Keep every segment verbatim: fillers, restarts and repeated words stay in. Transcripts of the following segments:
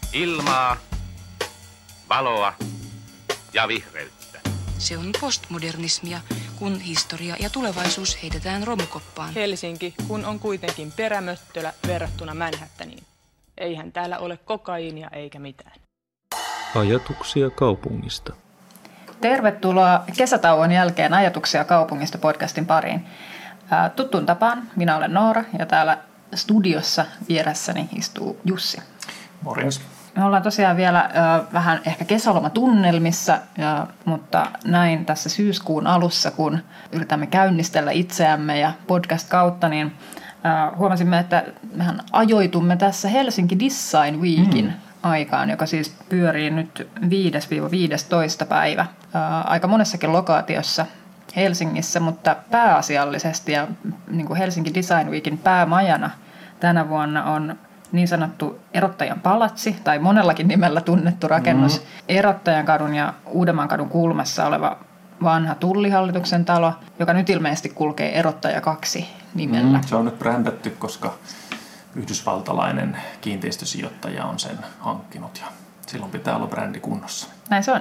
ilmaa, valoa ja vihreyttä. Se on postmodernismia, kun historia ja tulevaisuus heitetään romukoppaan. Helsinki, kun on kuitenkin perämöttölä verrattuna Manhattaniin. Eihän täällä ole kokaiinia eikä mitään. Ajatuksia kaupungista. Tervetuloa kesätauon jälkeen Ajatuksia kaupungista podcastin pariin. Tuttuun tapaan, minä olen Noora ja täällä studiossa vieressäni istuu Jussi. Morjens. Me ollaan tosiaan vielä äh, vähän ehkä kesälomatunnelmissa, ja, mutta näin tässä syyskuun alussa, kun yritämme käynnistellä itseämme ja podcast kautta, niin äh, huomasimme, että mehän ajoitumme tässä Helsinki Design Weekin mm. aikaan, joka siis pyörii nyt viides viidestoista päivä äh, aika monessakin lokaatiossa Helsingissä, mutta pääasiallisesti ja niin kuin Helsinki Design Weekin päämajana tänä vuonna on niin sanottu Erottajan palatsi, tai monellakin nimellä tunnettu rakennus, mm-hmm. Erottajan kadun ja Uudenmaan kadun kulmassa oleva vanha Tullihallituksen talo, joka nyt ilmeisesti kulkee Erottaja kaksi nimellä. Mm, se on nyt brändätty, koska yhdysvaltalainen kiinteistösijoittaja on sen hankkinut, ja silloin pitää olla brändi kunnossa. Näin se on.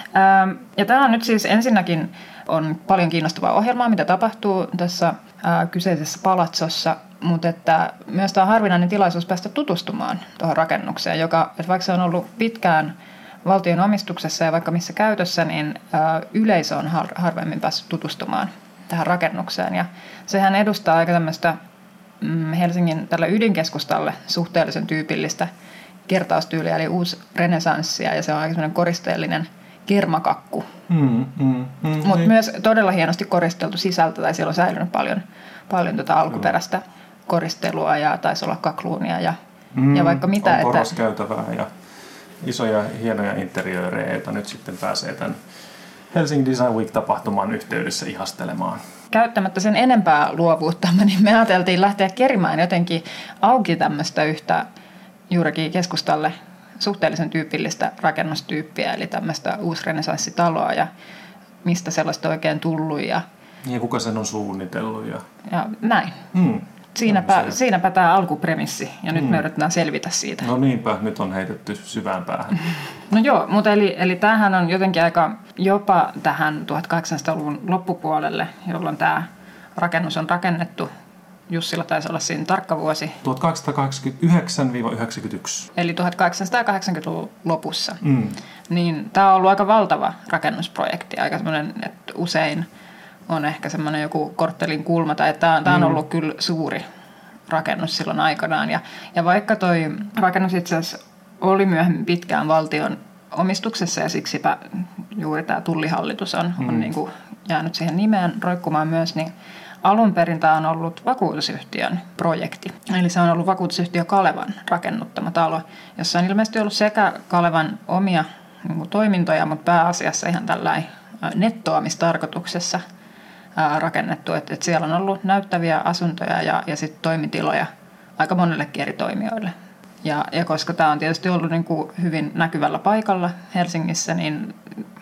Ja tämä on nyt siis ensinnäkin on paljon kiinnostavaa ohjelmaa, mitä tapahtuu tässä kyseisessä palatsossa, mutta että myös tämä on harvinainen tilaisuus päästä tutustumaan tuohon rakennukseen, joka, että vaikka se on ollut pitkään valtion omistuksessa ja vaikka missä käytössä, niin yleisö on harvemmin päässyt tutustumaan tähän rakennukseen. Ja sehän edustaa aika tämmöistä Helsingin tällä ydinkeskustalle suhteellisen tyypillistä kertaustyyliä, eli uusi renesanssia, ja se on aika semmoinen koristeellinen kermakakku. Mm, mm, mm, mutta niin. Myös todella hienosti koristeltu sisältö, tai siellä on säilynyt paljon, paljon tuota alkuperäistä koristelua, ja taisi olla kakluunia, ja, mm, ja vaikka mitä. On poroskäytävää ja isoja hienoja interiöörejä, joita nyt sitten pääsee tämän Helsinki Design Week-tapahtuman yhteydessä ihastelemaan. Käyttämättä sen enempää luovuutta, niin me ajateltiin lähteä kerimään jotenkin auki tämmöistä yhtä juurikin keskustalle suhteellisen tyypillistä rakennustyyppiä, eli tämmöistä uusrenesanssitaloa ja mistä sellaista oikein tullut. Ja, ja kuka sen on suunnitellut. Ja, ja näin. Hmm. Siinäpä, siinäpä tämä alkupremissi, ja nyt hmm. me yritetään selvitä siitä. No niinpä, nyt on heitetty syvään päähän. No joo, mutta eli, eli tämähän on jotenkin aika jopa tähän tuhatkahdeksansataaluvun loppupuolelle, jolloin tämä rakennus on rakennettu. Jussilla taisi olla siinä tarkka vuosi. tuhatkahdeksansataakahdeksankymmentäyhdeksän yhdeksänkymmentäyksi. Eli tuhatkahdeksansataakahdeksankymmentäluvun lopussa. Mm. Niin tämä on ollut aika valtava rakennusprojekti. Aika semmoinen, että usein on ehkä semmoinen joku korttelin kulma. Tai tämä, tämä on ollut kyllä suuri rakennus silloin aikanaan. Ja, ja vaikka toi rakennus itse asiassa oli myöhemmin pitkään valtion omistuksessa, ja siksipä juuri tämä Tullihallitus on, mm. on niin kuin jäänyt siihen nimeen roikkumaan myös, niin alun perin tämä on ollut vakuutusyhtiön projekti. Eli se on ollut vakuutusyhtiö Kalevan rakennuttama talo, jossa on ilmeisesti ollut sekä Kalevan omia niin kuin toimintoja, mutta pääasiassa ihan tällainen nettoamistarkoituksessa ää, rakennettu. Että et siellä on ollut näyttäviä asuntoja ja, ja sitten toimitiloja aika monellekin eri toimijoille. Ja, ja koska tämä on tietysti ollut niin kuin hyvin näkyvällä paikalla Helsingissä, niin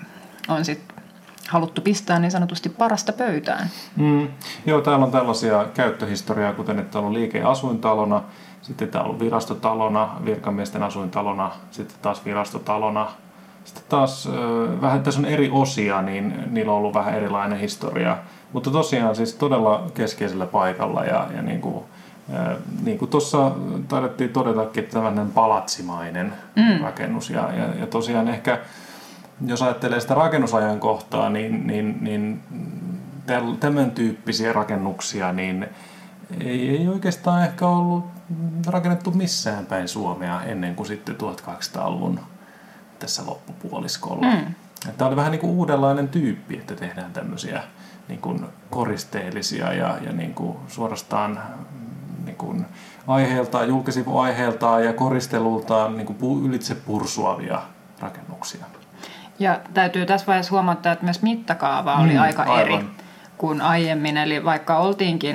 on sitten haluttu pistää niin sanotusti parasta pöytään. Mm. Joo, täällä on tällaisia käyttöhistoriaa, kuten että täällä on liike- ja asuintalona, sitten täällä on virastotalona, virkamiesten asuintalona, sitten taas virastotalona. Sitten taas äh, vähän tässä on eri osia, niin niillä on ollut vähän erilainen historia. Mutta tosiaan siis todella keskeisellä paikalla ja, ja niin kuin, äh, niin kuin tuossa taidettiin todetakin, että tämmöinen palatsimainen mm. rakennus. Ja, ja, ja tosiaan ehkä jos ajattelee sitä rakennusajan kohtaa, niin, niin, niin tämän tyyppisiä rakennuksia niin ei, ei oikeastaan ehkä ollut rakennettu missään päin Suomea ennen kuin sitten tuhatkahdeksansataaluvun tässä loppupuoliskolla. Mm. Tämä oli vähän niin kuin uudenlainen tyyppi, että tehdään tämmöisiä niin kuin koristeellisia ja, ja niin kuin suorastaan niin kuin aiheeltaan, julkisivuaiheeltaan ja koristelultaan niin kuin ylitse pursuavia rakennuksia. Ja täytyy tässä vaiheessa huomata, että myös mittakaava oli mm, aika aivan. eri kuin aiemmin. Eli vaikka oltiinkin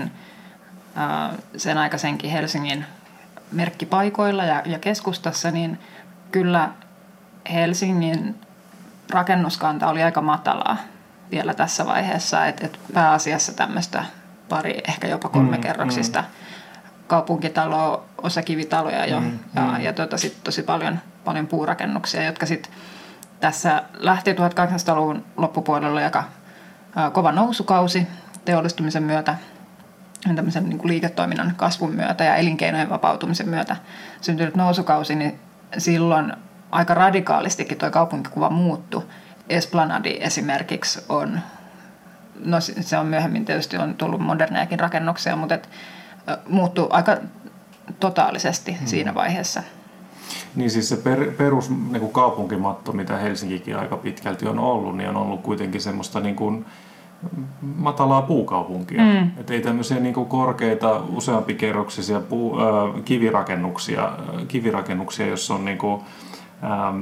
äh, sen aikaisenkin Helsingin merkkipaikoilla ja, ja keskustassa, niin kyllä Helsingin rakennuskanta oli aika matalaa vielä tässä vaiheessa. Että et pääasiassa tämmöistä pari, ehkä jopa kolmekerroksista mm, mm. kaupunkitaloa, osakivitaloja jo, mm, ja, mm. ja tota, sitten tosi paljon paljon puurakennuksia, jotka sitten tässä lähti tuhatkahdeksansataaluvun loppupuolella aika kova nousukausi teollistumisen myötä, tämmöisen niin kuin liiketoiminnan kasvun myötä ja elinkeinojen vapautumisen myötä syntynyt nousukausi, niin silloin aika radikaalistikin tuo kaupunkikuva muuttui. Esplanadi esimerkiksi on, no se on myöhemmin tietysti on tullut modernejakin rakennuksia, mutta et, muuttui aika totaalisesti hmm. siinä vaiheessa. Niin siis se per, perus niin kuin kaupunkimatto, mitä Helsinkikin aika pitkälti on ollut, niin on ollut kuitenkin semmoista niin kuin matalaa puukaupunkia. Mm. Et ei tämmöisiä niin kuin korkeita, useampikerroksisia puu, äh, kivirakennuksia, kivirakennuksia, jossa on niin kuin, ähm,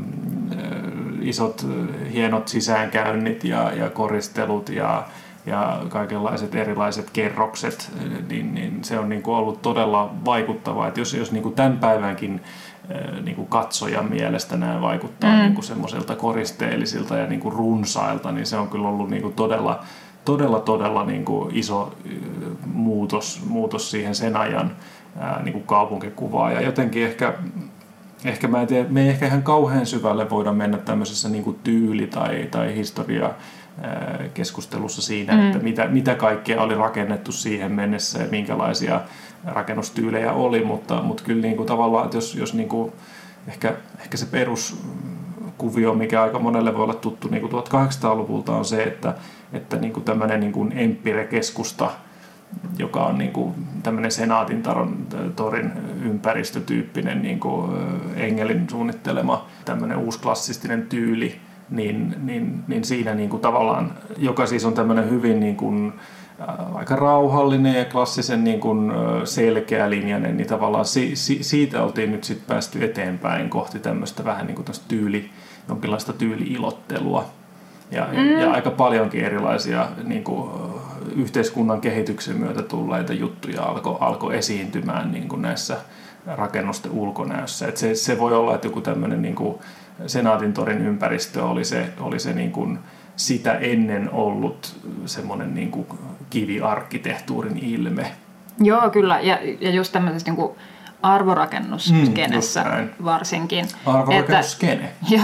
isot hienot sisäänkäynnit ja, ja koristelut ja, ja kaikenlaiset erilaiset kerrokset, niin, niin se on niin kuin ollut todella vaikuttavaa. Et jos jos niin kuin tämän päivänkin niin kuin katsojan mielestä nämä vaikuttaa mm. niin kuin semmoiselta koristeellisilta ja niin kuin runsailta, niin se on kyllä ollut niin kuin todella, todella, todella niin kuin iso muutos, muutos siihen sen ajan ää, niin kuin kaupunkikuvaan. Ja jotenkin ehkä, ehkä mä en tiedä, me ei ehkä ihan kauhean syvälle voida mennä tämmöisessä niin kuin tyyli- tai, tai historia keskustelussa siinä, mm. että mitä, mitä kaikkea oli rakennettu siihen mennessä ja minkälaisia rakennustyylejä oli, mutta, mutta kyllä niin kuin tavallaan, että jos, jos niin kuin ehkä, ehkä se peruskuvio, mikä aika monelle voi olla tuttu niin kuin tuhatkahdeksansataaluvulta, on se, että, että niin kuin tämmöinen niin kuin Empire-keskusta, joka on niin kuin tämmöinen Senaatin torin ympäristötyyppinen niin kuin Engelin suunnittelema tämmöinen uusklassistinen tyyli, Niin, niin, niin siinä niin kuin tavallaan, joka siis on tämmöinen hyvin niin kuin, äh, aika rauhallinen ja klassisen niin kuin, selkeälinjainen, niin tavallaan si, si, siitä oltiin nyt sitten päästy eteenpäin kohti tämmöistä vähän niin kuin tästä tyyli, jonkinlaista tyyli-ilottelua. Ja, mm. ja, ja aika paljonkin erilaisia niin kuin, yhteiskunnan kehityksen myötä tulleita juttuja alkoi alko esiintymään niin kuin näissä rakennusten ulkonäössä. Et se, se voi olla, että joku tämmöinen niin kuin Senaatintorin ympäristö oli se, oli se niin kuin sitä ennen ollut semmoinen niin kuin kiviarkkitehtuurin ilme. Joo, kyllä. Ja, ja just tämmöisessä niin kuin arvorakennusskenessä mm, varsinkin. Arvorakennusskene. Joo.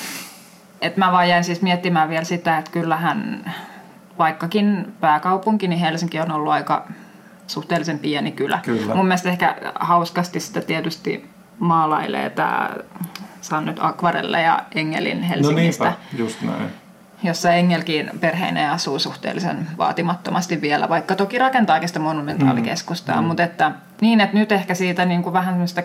Että mä vaan jäin siis miettimään vielä sitä, että kyllähän vaikkakin pääkaupunki, niin Helsinki on ollut aika suhteellisen pieni kylä. Kyllä. Mun mielestä ehkä hauskasti sitä tietysti maalailee tämä, saan nyt Akvarelle ja Engelin Helsingistä. No niinpä, just näin. Jossa Engelkin perheineen asuu suhteellisen vaatimattomasti vielä, vaikka toki rakentaakin sitä monumentaalikeskustaa. Mm. Mutta että, niin, että nyt ehkä siitä niin kuin vähän semmoista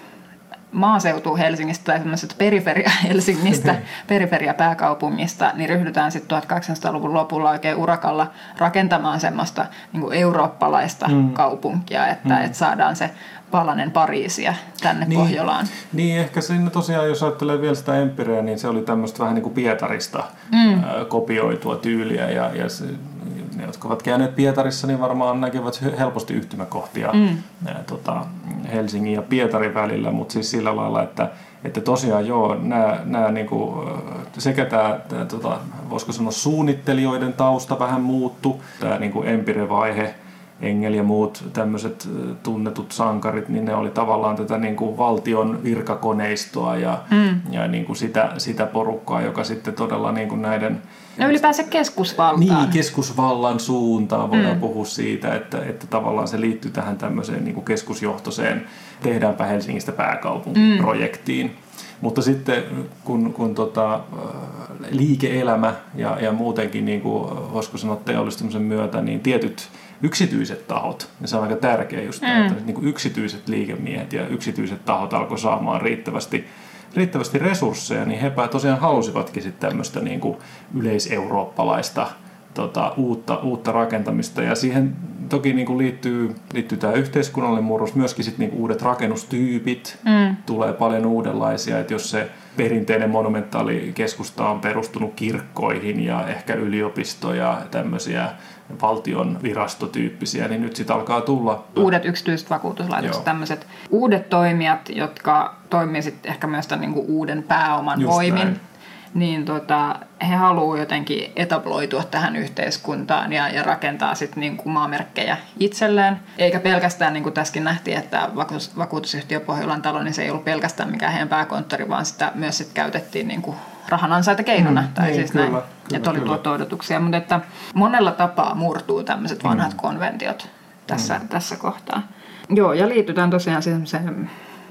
maaseutu Helsingistä tai semmoisesta periferia Helsingistä, periferia pääkaupungista, niin ryhdytään sitten tuhatkahdeksansataaluvun lopulla oikein urakalla rakentamaan semmoista niin kuin eurooppalaista mm. kaupunkia, että mm. et saadaan se palanen Pariisia tänne niin, Pohjolaan. Niin, ehkä siinä tosiaan, jos ajattelee vielä sitä Empireä, niin se oli tämmöistä vähän niin kuin Pietarista mm. ää, kopioitua tyyliä, ja, ja se, ne, jotka ovat käyneet Pietarissa, niin varmaan näkevät helposti yhtymäkohtia mm. ää, tota, Helsingin ja Pietarin välillä, mutta siis sillä lailla, että, että tosiaan joo, nämä, nämä niin kuin, sekä tämä, tämä tota, voisiko sanoa suunnittelijoiden tausta vähän muuttu, tämä niin kuin Empire-vaihe, Engel ja muut tämmöiset tunnetut sankarit, niin ne oli tavallaan tätä niin kuin valtion virkakoneistoa ja, mm. ja niin kuin sitä, sitä porukkaa, joka sitten todella niin kuin näiden... No ylipäänsä keskusvaltaan. Niin, keskusvallan suuntaan voidaan mm. puhua siitä, että, että tavallaan se liittyy tähän tämmöiseen niin kuin keskusjohtoiseen tehdäänpä Helsingistä pääkaupunkiprojektiin. Mm. Mutta sitten kun, kun tota, liike-elämä ja, ja muutenkin, niin kuin, voisiko sanoa teollistumisen myötä, niin tietyt yksityiset tahot, ja se on aika tärkeä just tämä, mm. että niin kuin yksityiset liikemiehet ja yksityiset tahot alkoi saamaan riittävästi, riittävästi resursseja, niin hepä tosiaan halusivatkin sitten tämmöistä niin kuin yleiseurooppalaista tota, uutta, uutta rakentamista, ja siihen toki niin kuin liittyy, liittyy tämä yhteiskunnallinen murros, myöskin sitten niin kuin uudet rakennustyypit, mm. tulee paljon uudenlaisia, että jos se perinteinen monumentaalikeskusta on perustunut kirkkoihin ja ehkä yliopistoja ja tämmöisiä valtion virastotyyppisiä, niin nyt sitten alkaa tulla... Uudet yksityiset vakuutuslaitokset, tämmöiset uudet toimijat, jotka toimii sitten ehkä myös tämän niin kuin uuden pääoman Just voimin. Näin. niin tota, he haluavat jotenkin etabloitua tähän yhteiskuntaan ja, ja rakentaa sitten niinku maamerkkejä itselleen. Eikä pelkästään, niin kuin tässäkin nähtiin, että vakuutus, vakuutusyhtiö Pohjolan talo, niin se ei ollut pelkästään mikään heidän pääkonttori, vaan sitä myös sit käytettiin niinku rahan ansaita keinona. Mm, tai niin, siis kyllä, näin, kyllä, että oli tuotto-odotuksia. Mutta että monella tapaa murtuu tämmöiset vanhat mm. konventiot tässä, mm. tässä kohtaa. Joo, ja liitytään tosiaan semmoiseen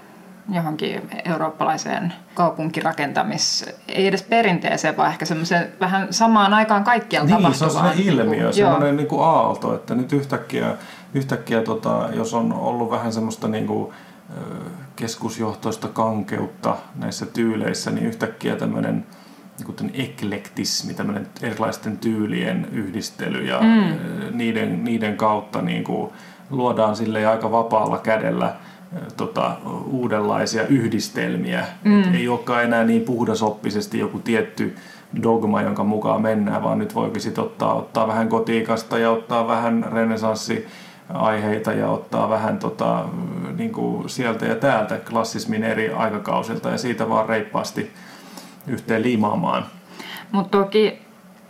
johonkin eurooppalaiseen kaupunkirakentamis, ei edes perinteeseen, vaan ehkä semmoiseen vähän samaan aikaan kaikkialla niin, tapahtuvaan. Se on sellainen ilmiö, niin semmoinen niin kuin aalto, että nyt yhtäkkiä, yhtäkkiä tota, jos on ollut vähän semmoista niin kuin keskusjohtoista kankeutta näissä tyyleissä, niin yhtäkkiä tämmöinen niin eklektismi, tämmöinen erilaisten tyylien yhdistely ja mm. niiden, niiden kautta niin kuin luodaan silleen aika vapaalla kädellä Tota, uudenlaisia yhdistelmiä. Mm. Ei olekaan enää niin puhdasoppisesti joku tietty dogma, jonka mukaan mennään, vaan nyt voikin sit ottaa, ottaa vähän gotiikasta ja ottaa vähän renesanssiaiheita ja ottaa vähän tota, niin kuin sieltä ja täältä klassismin eri aikakausilta ja siitä vaan reippaasti yhteen liimaamaan. Mutta toki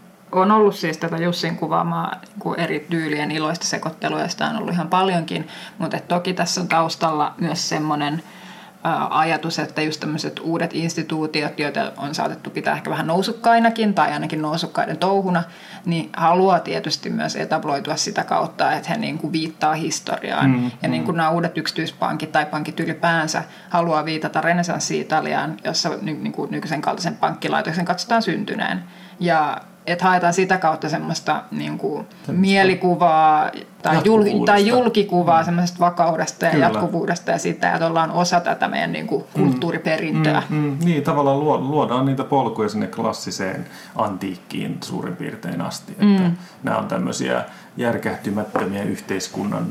on ollut siis tätä Jussin kuvaamaa eri tyylien iloista sekoittelua, ja sitä on ollut ihan paljonkin, mutta toki tässä on taustalla myös semmoinen ää, ajatus, että just tämmöiset uudet instituutiot, joita on saatettu pitää ehkä vähän nousukkainakin tai ainakin nousukkaiden touhuna, niin haluaa tietysti myös etabloitua sitä kautta, että he niin kuin viittaa historiaan. Mm, ja mm. niin kuin nämä uudet yksityispankit tai pankit ylipäänsä haluaa viitata renesanssi-Italiaan, jossa niin kuin nykyisen kaltaisen pankkilaitoksen katsotaan syntyneen. Ja että haetaan sitä kautta semmoista niin kuin mielikuvaa tai, jul, tai julkikuvaa mm. semmoisesta vakaudesta ja Kyllä. jatkuvuudesta ja sitä, että ollaan osa tätä meidän niin kuin kulttuuriperintöä. Mm, mm, niin, tavallaan luodaan niitä polkuja sinne klassiseen antiikkiin suurin piirtein asti. Että mm. nämä on tämmöisiä järkähtymättömiä yhteiskunnan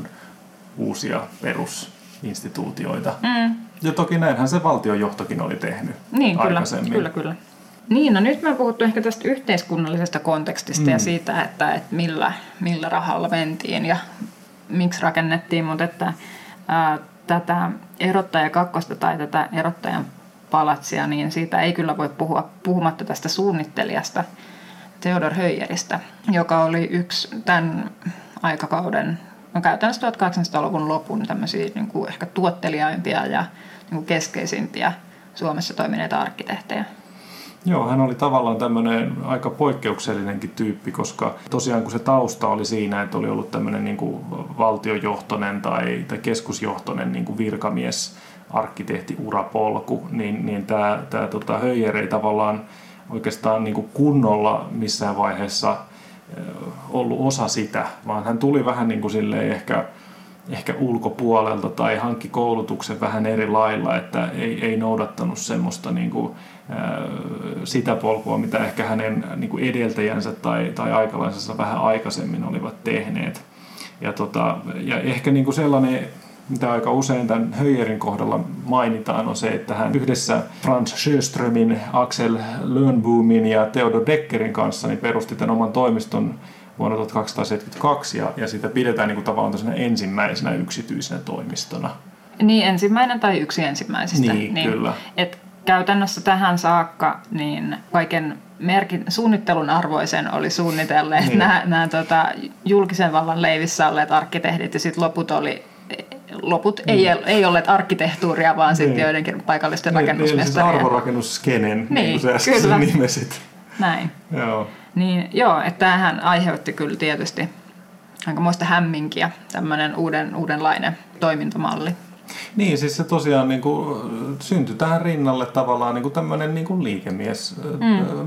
uusia perusinstituutioita. Mm. Ja toki näinhän se valtionjohtokin oli tehnyt niin, aikaisemmin. Kyllä, kyllä, kyllä. Niin, no nyt me on puhuttu ehkä tästä yhteiskunnallisesta kontekstista mm. ja siitä, että, että millä, millä rahalla mentiin ja miksi rakennettiin, mutta että ää, tätä erottaja kakkosta tai tätä erottajan palatsia, niin siitä ei kyllä voi puhua puhumatta tästä suunnittelijasta Theodor Höjeristä, joka oli yksi tämän aikakauden, no käytännössä tuhatkahdeksansataaluvun lopun tämmöisiä niin kuin ehkä tuottelijaimpia ja niin kuin keskeisimpiä Suomessa toimineita arkkitehtejä. Joo, hän oli tavallaan tämmöinen aika poikkeuksellinenkin tyyppi, koska tosiaan kun se tausta oli siinä, että oli ollut tämmöinen niin kuin valtiojohtoinen tai, tai keskusjohtoinen niin kuin virkamies, arkkitehti, urapolku, niin, niin tämä, tämä tota, Höjer ei tavallaan oikeastaan niin kuin kunnolla missään vaiheessa ollut osa sitä, vaan hän tuli vähän niin kuin silleen ehkä ehkä ulkopuolelta tai hankki koulutuksen vähän eri lailla, että ei, ei noudattanut semmoista niin kuin, ää, sitä polkua, mitä ehkä hänen niin kuin edeltäjänsä tai, tai aikalaisensa vähän aikaisemmin olivat tehneet. Ja, tota, ja ehkä niin kuin sellainen, mitä aika usein tämän Höjerin kohdalla mainitaan, on se, että hän yhdessä Franz Sjöströmin, Axel Lönnboomin ja Theodor Deckerin kanssa niin perusti tämän oman toimiston vuonna tuhatkaksisataaseitsemänkymmentäkaksi, ja, ja sitä pidetään niin kuin tavallaan ensimmäisenä yksityisenä toimistona. Niin, ensimmäinen tai yksi ensimmäisistä. Niin, niin kyllä. Et käytännössä tähän saakka niin kaiken merkin, suunnittelun arvoisen oli suunnitelleet niin. nämä, nämä tota, julkisen vallan leivissä olleet arkkitehdit, ja sitten loput oli Loput mm. ei, ei olleet arkkitehtuuria, vaan niin. sitten joidenkin paikallisten niin, rakennusmestarien. Niin, siis arvorakennusskenen, niin, niin kuin sä äsken nimesit. Näin. Joo. Niin, joo, että tämähän aiheutti kyllä tietysti aikamoista hämminkiä, tämmöinen uuden, uudenlainen toimintamalli. Niin, siis se tosiaan niin kuin, syntyi tähän rinnalle tavallaan niin kuin tämmöinen niin kuin liikemies, mm.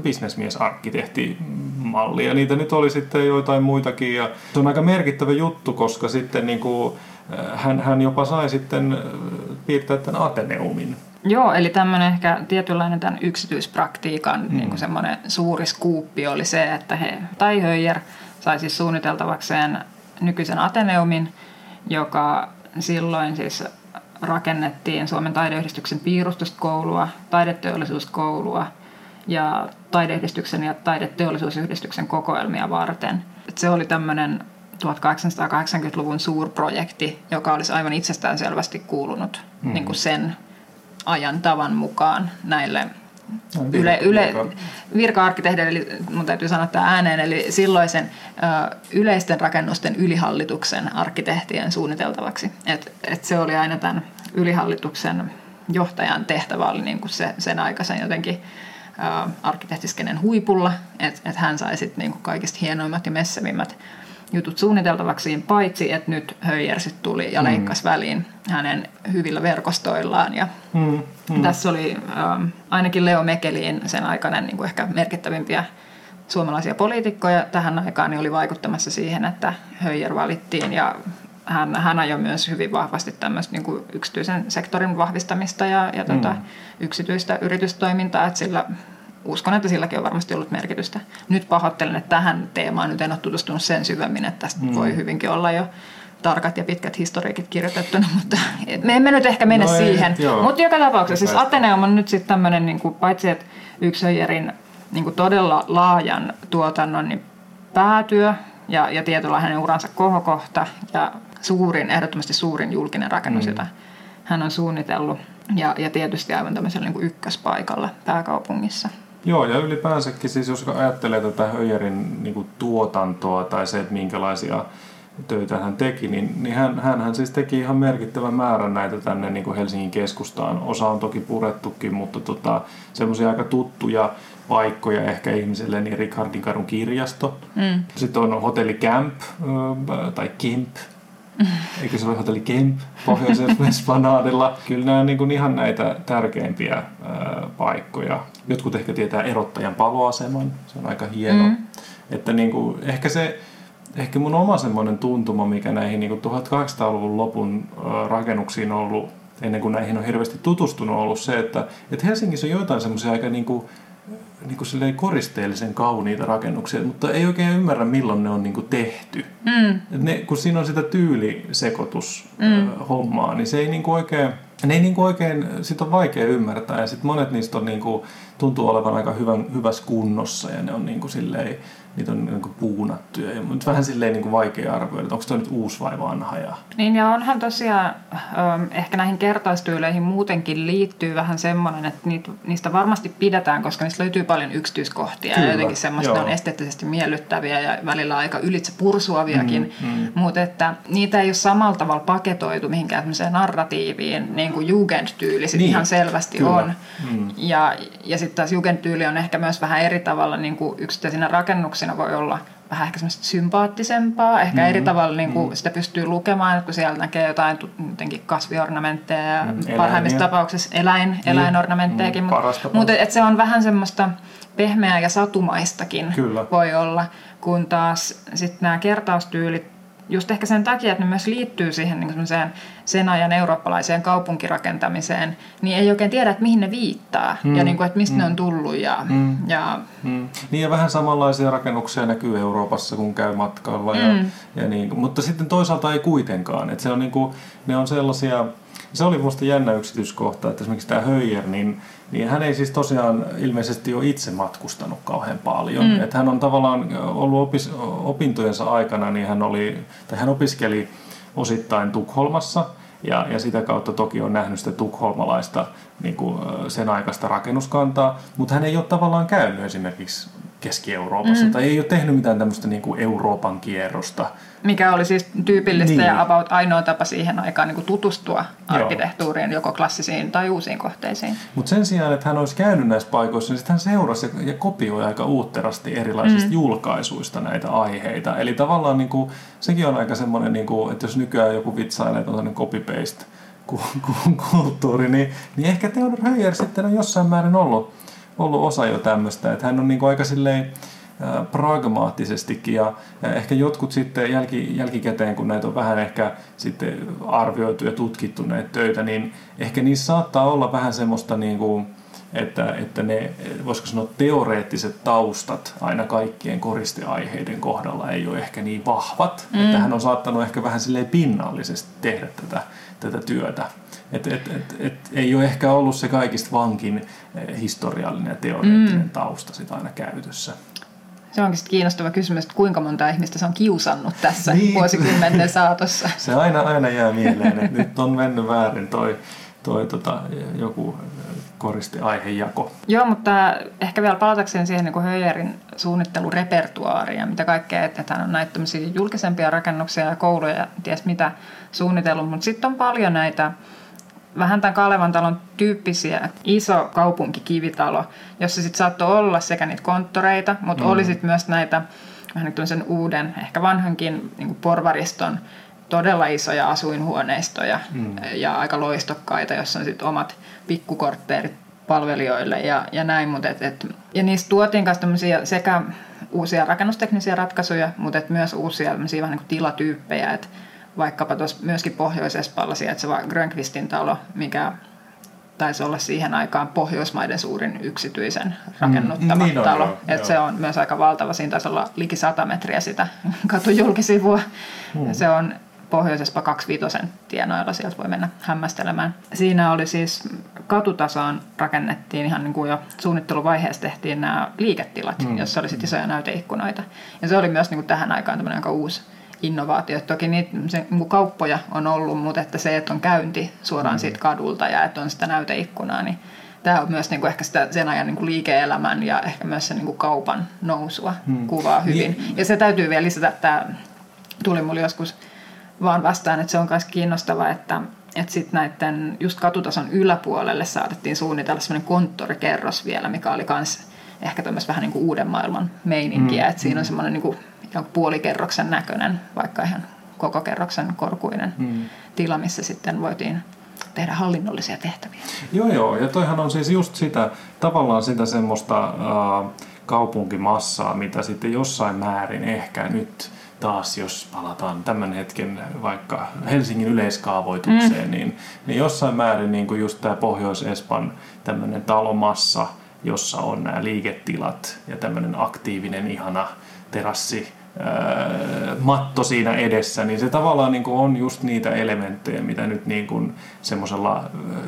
bisnesmies-arkkitehtimalli. Ja niitä nyt oli sitten joitain muitakin. Ja se on aika merkittävä juttu, koska sitten niin kuin, hän, hän jopa sai sitten piirtää tämän Ateneumin. Joo, eli tämmöinen ehkä tietynlainen tämän yksityispraktiikan hmm. niin kuin semmoinen suuri skuuppi oli se, että he, tai Höjer sai siis suunniteltavakseen nykyisen Ateneumin, joka silloin siis rakennettiin Suomen taideyhdistyksen piirustuskoulua, taideteollisuuskoulua ja taideyhdistyksen ja taideteollisuusyhdistyksen kokoelmia varten. Et se oli tämmöinen tuhatkahdeksansataakahdeksankymmentäluvun suurprojekti, joka olisi aivan itsestäänselvästi kuulunut hmm. niin kuin sen ajan tavan mukaan näille yle, yle, virka-arkkitehdin, eli mun täytyy sanoa tämä ääneen, eli silloisen ö, yleisten rakennusten ylihallituksen arkkitehtien suunniteltavaksi. Et, et se oli aina tämän ylihallituksen johtajan tehtävä, oli niin kuin se, sen aikaisen jotenkin ö, arkkitehtiskenen huipulla, että et hän sai sitten niin kuin kaikista hienoimmat ja messevimmät jutut suunniteltavaksi, paitsi että nyt Höijer sitten tuli ja leikkasi mm. väliin hänen hyvillä verkostoillaan. Ja mm. Mm. Tässä oli ähm, ainakin Leo Mekelin sen aikainen niin kuin ehkä merkittävimpiä suomalaisia poliitikkoja tähän aikaan, niin oli vaikuttamassa siihen, että Höijer valittiin, ja hän, hän ajoi myös hyvin vahvasti tämmöistä niin kuin yksityisen sektorin vahvistamista ja, ja mm. tota, yksityistä yritystoimintaa, että sillä uskon, että silläkin on varmasti ollut merkitystä. Nyt pahoittelen, että tähän teemaan nyt en ole tutustunut sen syvemmin, että tästä mm. voi hyvinkin olla jo tarkat ja pitkät historiikit kirjoitettuna, mutta me emme nyt ehkä mene no siihen. Ei, mutta joka tapauksessa, siis Ateneum on nyt sitten tämmöinen, niin kuin, paitsi että yksi Höijerin niin kuin todella laajan tuotannon niin päätyö ja, ja tietyllä hänen uransa kohokohta ja suurin, ehdottomasti suurin julkinen rakennus, mm. jota hän on suunnitellut, ja, ja tietysti aivan tämmöisellä niin kuin ykköspaikalla pääkaupungissa. Joo, ja ylipäänsäkin siis jos ajattelee tätä Höijerin niin kuin tuotantoa tai se, että minkälaisia töitä hän teki, niin, niin hän, hän siis teki ihan merkittävän määrän näitä tänne niin kuin Helsingin keskustaan. Osa on toki purettukin, mutta tota, semmoisia aika tuttuja paikkoja ehkä ihmiselle, niin Richardinkadun kirjasto. Mm. Sitten on hotelli Camp tai Kemp. Eikö se ole hotelli Kemp pohjoisella Esplanadilla? Kyllä nämä on niin kuin ihan näitä tärkeimpiä ää, paikkoja. Jotkut ehkä tietää Erottajan paloaseman, se on aika hieno. Mm. Että niin kuin, ehkä se, ehkä mun oma semmoinen tuntuma, mikä näihin niin kuin tuhatkahdeksansataaluvun lopun ää, rakennuksiin on ollut, ennen kuin näihin on hirveästi tutustunut, on ollut se, että, että Helsingissä on joitain semmoisia aika niin kuin, niin kuin silleen koristeellisen kauniita rakennuksia, mutta ei oikein ymmärrä, milloin ne on niin kuin tehty. Mm. Ne, kun siinä on sitä tyylisekoitushommaa, mm. niin se ei niin kuin oikein, ne ei niin kuin oikein, sit on vaikea ymmärtää. Ja sitten monet niistä on niin kuin, tuntuu olevan aika hyvän, hyvässä kunnossa ja ne on niin kuin silleen, niitä on niin kuin puunattuja. Mutta vähän silleen niin kuin vaikea arvioida, että onko toi nyt uusi vai vanha. Ja... Niin ja onhan tosiaan, ehkä näihin kertaistyyleihin muutenkin liittyy vähän semmoinen, että niistä varmasti pidetään, koska niistä löytyy paljon yksityiskohtia. Kyllä, ja jotenkin semmoista on esteettisesti miellyttäviä ja välillä aika ylitse pursuaviakin. Mm, mm. Mutta että niitä ei ole samalla tavalla paketoitu mihinkään semmoiseen narratiiviin, niin kuin Jugendtyyli niin, ihan selvästi kyllä. on. Mm. Ja, ja sitten taas Jugendtyyli on ehkä myös vähän eri tavalla niin kuin yksittäisinä rakennuksina voi olla vähän ehkä semmoista sympaattisempaa, ehkä mm-hmm. eri tavalla niin kuin mm-hmm. sitä pystyy lukemaan, kun siellä näkee jotain jotenkin kasviornamentteja ja mm, parhaimmissa tapauksissa eläin, eläinornamenttejakin, mm, mutta mut, se on vähän semmoista pehmeää ja satumaistakin Kyllä. voi olla, kun taas sitten nämä kertaustyylit just ehkä sen takia, että ne myös liittyy siihen niin sen ajan eurooppalaiseen kaupunkirakentamiseen, niin ei oikein tiedä, että mihin ne viittaa mm. ja niin kuin, että mistä mm. ne on tullut. Ja, mm. ja... Mm. Niin ja vähän samanlaisia rakennuksia näkyy Euroopassa, kun käy matkalla. Ja, mm. ja niin, mutta sitten toisaalta ei kuitenkaan. Että se on niin kuin, ne on sellaisia... Se oli minusta jännä yksityiskohta, että esimerkiksi tämä Höijer, niin, niin hän ei siis tosiaan ilmeisesti ole itse matkustanut kauhean paljon. Mm. Että hän on tavallaan ollut opis, opintojensa aikana, niin hän, oli, tai hän opiskeli osittain Tukholmassa ja, ja sitä kautta toki on nähnyt sitä tukholmalaista niin kuin sen aikaista rakennuskantaa, mutta hän ei ole tavallaan käynyt esimerkiksi Keski-Euroopassa mm. tai ei ole tehnyt mitään tämmöistä niin kuin Euroopan kierrosta. Mikä oli siis tyypillistä niin. ja about ainoa tapa siihen aikaan niin kuin tutustua arkkitehtuuriin, joko klassisiin tai uusiin kohteisiin. Mutta sen sijaan, että hän olisi käynyt näissä paikoissa, niin sitten hän seurasi ja kopioi aika uutterasti erilaisista mm. julkaisuista näitä aiheita. Eli tavallaan niin kuin, sekin on aika semmoinen, niin kuin, että jos nykyään joku vitsailee, että on sellainen copy-paste kulttuuri, niin, niin ehkä Theodor Höijer sitten on jossain määrin ollut, ollut osa jo tämmöistä. Että hän on niin kuin aika silleen pragmaattisestikin ja ehkä jotkut sitten jälki, jälkikäteen, kun näitä on vähän ehkä sitten arvioitu ja tutkittu näitä töitä, niin ehkä niissä saattaa olla vähän semmoista niin kuin, että, että ne, voisiko sanoa teoreettiset taustat aina kaikkien koristeaiheiden kohdalla ei ole ehkä niin vahvat, mm. että hän on saattanut ehkä vähän silleen pinnallisesti tehdä tätä, tätä työtä. Et, et, et, et, ei ole ehkä ollut se kaikista vankin historiallinen ja teoreettinen mm. tausta sit aina käytössä. Se onkin sitten kiinnostava kysymys, että kuinka monta ihmistä se on kiusannut tässä niin. vuosikymmenten saatossa. Se aina, aina jää mieleen, että nyt on mennyt väärin toi, toi tota, joku koristeaihejako. Joo, mutta ehkä vielä palatakseni siihen niin Höyerin suunnittelurepertuaariin, mitä kaikkea, että hän on näitä julkisempia rakennuksia ja kouluja ja ties mitä suunnitellut, mutta sitten on paljon näitä vähän tämän Kalevan talon tyyppisiä iso kaupunkikivitalo, jossa sitten saattoi olla sekä niitä konttoreita, mutta mm. oli sitten myös näitä vähän niin sen uuden, ehkä vanhankin niin porvariston todella isoja asuinhuoneistoja mm. ja aika loistokkaita, jossa on sitten omat pikkukortteerit palvelijoille ja, ja näin. Mut et, et, ja niistä tuotiin myös sekä uusia rakennusteknisiä ratkaisuja, mutta et myös uusia vähän niin kuin tilatyyppejä. Et vaikkapa tuossa myöskin Pohjois-Espalla sijaitseva Grönqvistin talo, mikä taisi olla siihen aikaan Pohjoismaiden suurin yksityisen rakennuttava mm, niin on, talo. Joo, et joo. Se on myös aika valtava. Siinä taisi olla liki sata metriä sitä katujulkisivua. Mm. Se on Pohjois-Espa kaksikymmentäviisi tienoilla, sieltä voi mennä hämmästelemään. Siinä oli siis katutasoon rakennettiin ihan niin kuin jo suunnitteluvaiheessa tehtiin nämä liiketilat, mm. jossa oli sitten isoja näyteikkunoita. Ja se oli myös niin kuin tähän aikaan tämmöinen aika uusi innovaatio. Toki niitä se, niin kuin kauppoja on ollut, mutta että se, että on käynti suoraan mm. siitä kadulta ja että on sitä näyteikkunaa, niin tämä on myös niin kuin ehkä sitä sen ajan niin kuin liike-elämän ja ehkä myös sen niin kuin kaupan nousua mm. kuvaa hyvin. Niin. Ja se täytyy vielä lisätä, tämä tuli mulle joskus vaan vastaan, että se on myös kiinnostavaa, että, että sitten näiden just katutason yläpuolelle saatettiin suunnitella semmoinen konttorikerros vielä, mikä oli myös ehkä tämmöistä vähän niin kuin uuden maailman meininkiä, mm. että siinä on semmoinen niin kuin puolikerroksen näköinen, vaikka ihan koko kerroksen korkuinen mm. tila, missä sitten voitiin tehdä hallinnollisia tehtäviä. Joo, joo, ja toihan on siis just sitä, tavallaan sitä semmoista äh, kaupunkimassaa, mitä sitten jossain määrin ehkä nyt taas, jos palataan tämän hetken vaikka Helsingin yleiskaavoitukseen, mm. niin, niin jossain määrin niin kuin just tämä Pohjois-Espan tämmöinen talomassa, jossa on nämä liiketilat ja tämmöinen aktiivinen, ihana terassi, ää, matto siinä edessä, niin se tavallaan niin kuin on just niitä elementtejä, mitä nyt niin kuin semmoisella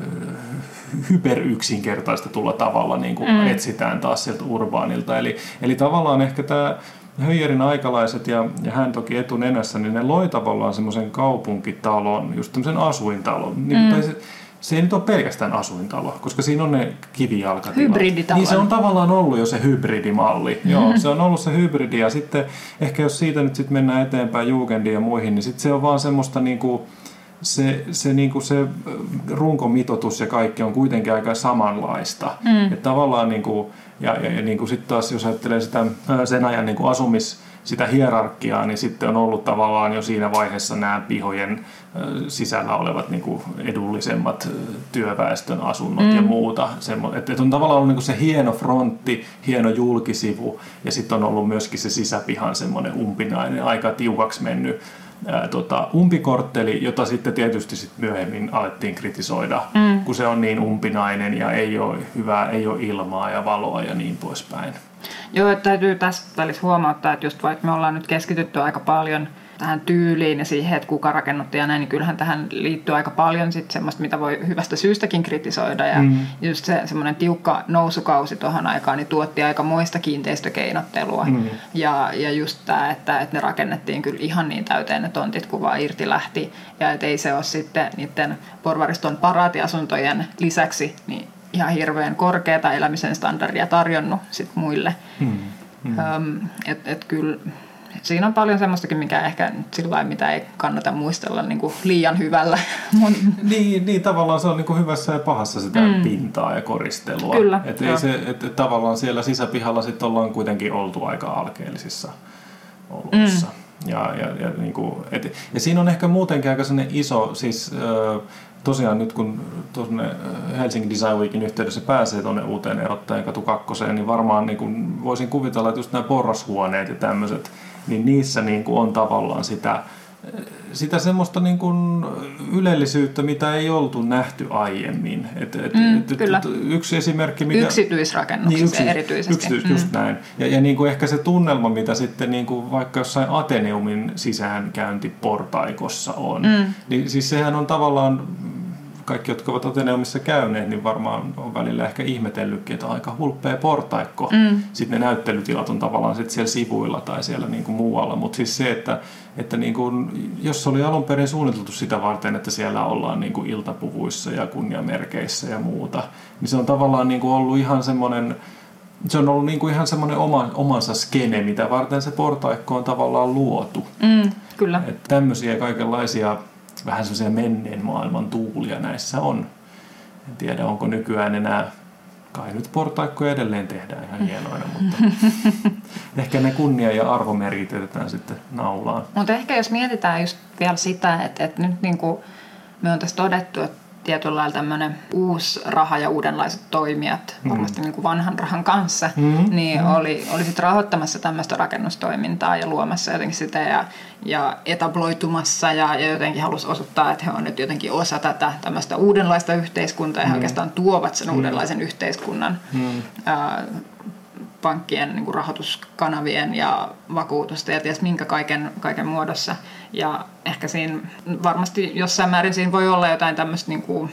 hyperyksinkertaistetulla tavalla niin kuin mm. etsitään taas sieltä urbaanilta. Eli, eli tavallaan ehkä tämä Höyerin aikalaiset ja, ja hän toki etunenässä, niin ne loi tavallaan semmoisen kaupunkitalon, just tämmöisen asuintalon. Niin, mm. se, se ei nyt ole pelkästään asuintalo, koska siinä on ne kivijalkatilat. Hybriditalo. Niin se on tavallaan ollut jo se hybridimalli. Mm-hmm. Joo, se on ollut se hybridi ja sitten ehkä jos siitä nyt sitten mennään eteenpäin Jugendiin ja muihin, niin sitten se on vaan semmoista niinku Se, se, niin kuin se runkomitoitus ja kaikki on kuitenkin aika samanlaista. Mm. Että tavallaan niin kuin, ja, ja, ja niin kuin sitten taas jos ajattelee sitä sen ajan niin kuin asumis, sitä hierarkiaa, niin sitten on ollut tavallaan jo siinä vaiheessa nämä pihojen sisällä olevat niin kuin edullisemmat työväestön asunnot mm. ja muuta. Että et on tavallaan ollut niin kuin se hieno frontti, hieno julkisivu ja sitten on ollut myöskin se sisäpihan semmoinen umpinainen, aika tiukaksi mennyt Ää, tota, umpikortteli, jota sitten tietysti sit myöhemmin alettiin kritisoida, mm. kun se on niin umpinainen ja ei ole hyvää, ei ole ilmaa ja valoa ja niin poispäin. Joo, että täytyy tässä välissä huomauttaa, että just vaikka me ollaan nyt keskitytty aika paljon tähän tyyliin ja siihen, että kuka rakennutti ja näin, niin kyllähän tähän liittyy aika paljon sit semmoista, mitä voi hyvästä syystäkin kritisoida. Ja mm. just se semmoinen tiukka nousukausi tuohon aikaan niin tuotti aika muista kiinteistökeinottelua. Mm. Ja, ja just tämä, että, että ne rakennettiin kyllä ihan niin täyteen ne tontit, kun vaan irti lähti. Ja että ei se ole sitten niiden porvariston paraatiasuntojen lisäksi niin ihan hirveän korkeata elämisen standardia tarjonnut sit muille. Mm. Mm. Um, että et kyllä siinä on paljon semmoistakin, mikä ehkä sillä lailla, mitä ei kannata muistella niin kuin liian hyvällä. niin, niin, tavallaan se on niin kuin hyvässä ja pahassa sitä mm. pintaa ja koristelua. Kyllä. Että ei se, et, tavallaan siellä sisäpihalla sitten ollaan kuitenkin oltu aika alkeellisissa oloissa. Mm. Ja, ja, ja, niin kuin, et, ja siinä on ehkä muutenkin aika sellainen iso, siis tosiaan nyt kun tuonne Helsingin Design Weekin yhteydessä pääsee tuonne uuteen Erottajan katu kakkoseen, niin varmaan niin kuin voisin kuvitella, että just nämä porrashuoneet ja tämmöiset, niin niissä niin kuin on tavallaan sitä, sitä semmoista niin kuin ylellisyyttä, mitä ei oltu nähty aiemmin. Et, et, mm, et, kyllä. Et, yksi esimerkki, mikä, yksityisrakennuksissa niin, yksi, erityisesti. Yksityis, mm. just näin. Ja, ja niin kuin ehkä se tunnelma, mitä sitten niin kuin vaikka jossain Ateneumin sisäänkäyntiportaikossa on, mm. niin siis sehän on tavallaan kaikki, jotka ovat Ateneumissa käyneet, niin varmaan on välillä ehkä ihmetellytkin, että on aika hulppea portaikko. Mm. Sitten ne näyttelytilat on tavallaan sit siellä sivuilla tai siellä niin kuin muualla. Mutta siis se, että, että niin kuin, jos se oli alun perin suunniteltu sitä varten, että siellä ollaan niin kuin iltapuvuissa ja kunniamerkeissä ja muuta, niin se on tavallaan niin kuin ollut ihan semmoinen, se on ollut niin kuin ihan semmoinen oma, omansa skene, mitä varten se portaikko on tavallaan luotu. Mm, kyllä. Että tämmöisiä kaikenlaisia vähän semmoisia menneen maailman tuulia näissä on. En tiedä, onko nykyään enää, kai nyt portaikkoja edelleen tehdään ihan hienoina, mutta ehkä ne kunnia- ja arvo meritetään sitten naulaan. Mutta ehkä jos mietitään just vielä sitä, että, että nyt niin kuin me on tässä todettu, että tietyllä lailla tämmöinen uusi raha ja uudenlaiset toimijat, mm. varmasti niin kuin vanhan rahan kanssa, mm. niin mm. oli, oli sit rahoittamassa tämmöistä rakennustoimintaa ja luomassa jotenkin sitä ja, ja etabloitumassa ja, ja jotenkin halusi osoittaa, että he on nyt jotenkin osa tätä tämmöistä uudenlaista yhteiskuntaa ja mm. he oikeastaan tuovat sen mm. uudenlaisen yhteiskunnan mm. ää, pankkien niin kuin rahoituskanavien ja vakuutusta ja ties minkä kaiken, kaiken muodossa. Ja ehkä siinä varmasti jossain määrin siinä voi olla jotain tämmöistä niin kuin,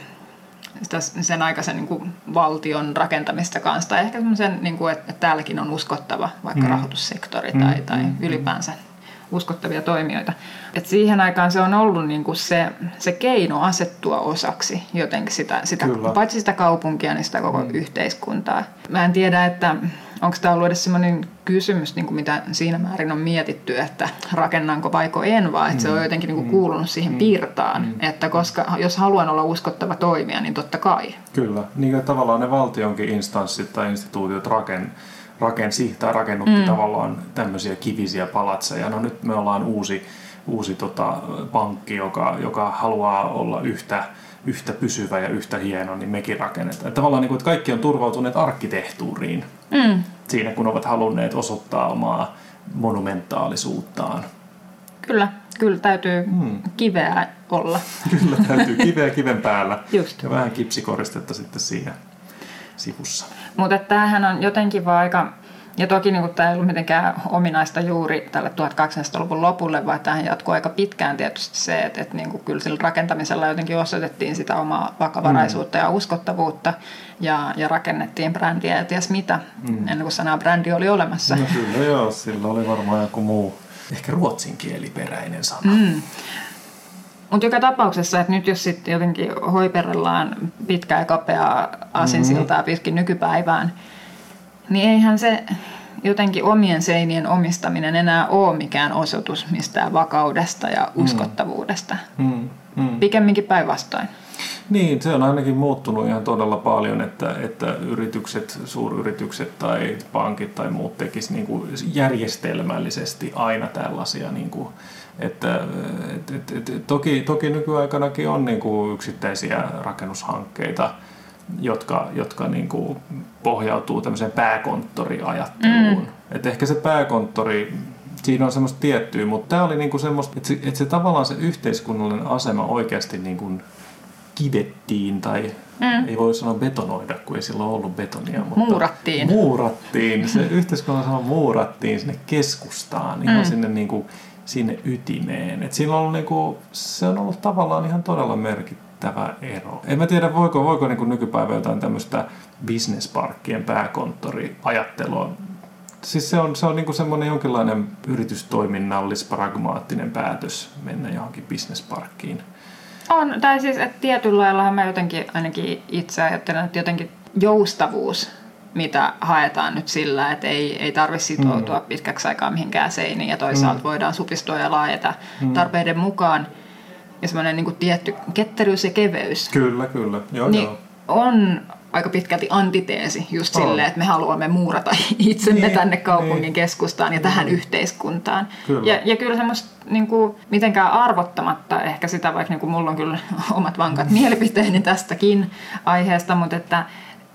sen aikaisen niin kuin valtion rakentamista kanssa. Tai ehkä semmoisen, niin kuin, että täälläkin on uskottava vaikka mm. rahoitussektori tai, mm. tai ylipäänsä uskottavia toimijoita. Et siihen aikaan se on ollut niin kuin se, se keino asettua osaksi jotenkin sitä, sitä paitsi sitä kaupunkia, niin sitä koko mm. yhteiskuntaa. Mä en tiedä, että onko tämä ollut edes sellainen kysymys, niin kuin mitä siinä määrin on mietitty, että rakennanko vaiko en, vaan että mm. se on jotenkin niin kuin kuulunut siihen mm. piirtaan, mm. että koska jos haluan olla uskottava toimija, niin totta kai. Kyllä, niin tavallaan ne valtionkin instanssit tai instituutiot raken, rakensi tai rakennutti mm. tavallaan tämmöisiä kivisiä palatseja. No nyt me ollaan uusi, uusi tota, pankki, joka, joka haluaa olla yhtä, yhtä pysyvä ja yhtä hieno, niin mekin rakennetaan. Että tavallaan niin kuin, että kaikki on turvautuneet arkkitehtuuriin mm. siinä, kun ovat halunneet osoittaa omaa monumentaalisuuttaan. Kyllä, kyllä täytyy mm. kiveä olla. Kyllä täytyy kiveä kiven päällä. Just. Ja vähän kipsikoristetta sitten siinä sivussa. Mutta tämähän on jotenkin vaan aika, ja toki niin tämä ei ollut mitenkään ominaista juuri tälle tuhatkahdeksansataaluvun lopulle, vaan tämähän jatkuu aika pitkään tietysti se, että, että niin kyllä sillä rakentamisella jotenkin osoitettiin sitä omaa vakavaraisuutta mm. ja uskottavuutta ja, ja rakennettiin brändiä ja ties mitä, mm. ennen kuin sana brändi oli olemassa. No kyllä joo, sillä oli varmaan joku muu, ehkä ruotsinkieliperäinen sana. Mm. Mutta joka tapauksessa, että nyt jos sitten jotenkin hoiperellaan pitkää ja kapeaa aasinsiltaa mm-hmm. pitkin nykypäivään, niin eihän se jotenkin omien seinien omistaminen enää ole mikään osoitus mistään vakaudesta ja uskottavuudesta. Mm-hmm. Pikemminkin päinvastoin. Niin, se on ainakin muuttunut ihan todella paljon, että, että yritykset, suuryritykset tai pankit tai muut tekisivät niin kuin järjestelmällisesti aina tällaisia niin kuin Että, et, et, et, toki, toki nykyaikanakin on niin kuin yksittäisiä rakennushankkeita, jotka, jotka niin kuin pohjautuu tämmöiseen pääkonttoriajatteluun. Mm. Et ehkä se pääkonttori, siinä on semmoista tiettyä, mutta tämä oli niin kuin semmoista, että se, että se tavallaan se yhteiskunnallinen asema oikeasti niin kuin kivettiin tai mm. ei voi sanoa betonoida, kun ei silloin ollut betonia. Mutta muurattiin. Muurattiin. Se yhteiskunnallinen asema muurattiin sinne keskustaan, ihan mm. sinne niin kuin sinne ytimeen. Et siinä on niinku, se on ollut tavallaan ihan todella merkittävä ero. En mä tiedä, voiko, voiko niinku nykypäivä jotain tämmöistä businessparkkien pääkonttoriajattelua. Siis se on, se on niinku semmoinen jonkinlainen yritystoiminnallis-pragmaattinen päätös mennä johonkin businessparkkiin. On, tai siis, että tietyllä lailla mä jotenkin ainakin itse ajattelen, että jotenkin joustavuus, mitä haetaan nyt sillä, että ei, ei tarvitse sitoutua mm. pitkäksi aikaa mihinkään seiniin ja toisaalta mm. voidaan supistua ja laajeta mm. tarpeiden mukaan. Ja semmoinen niin kuin tietty ketteryys ja keveys. Kyllä, kyllä. Joo, niin joo. On aika pitkälti antiteesi just silleen, että me haluamme muurata itsemme niin, tänne kaupungin niin. keskustaan ja tähän mm. yhteiskuntaan. Kyllä. Ja, ja kyllä semmoista niin kuin, mitenkään arvottamatta ehkä sitä, vaikka niin kuin mulla on kyllä omat vankat mm. mielipiteeni tästäkin aiheesta, mutta että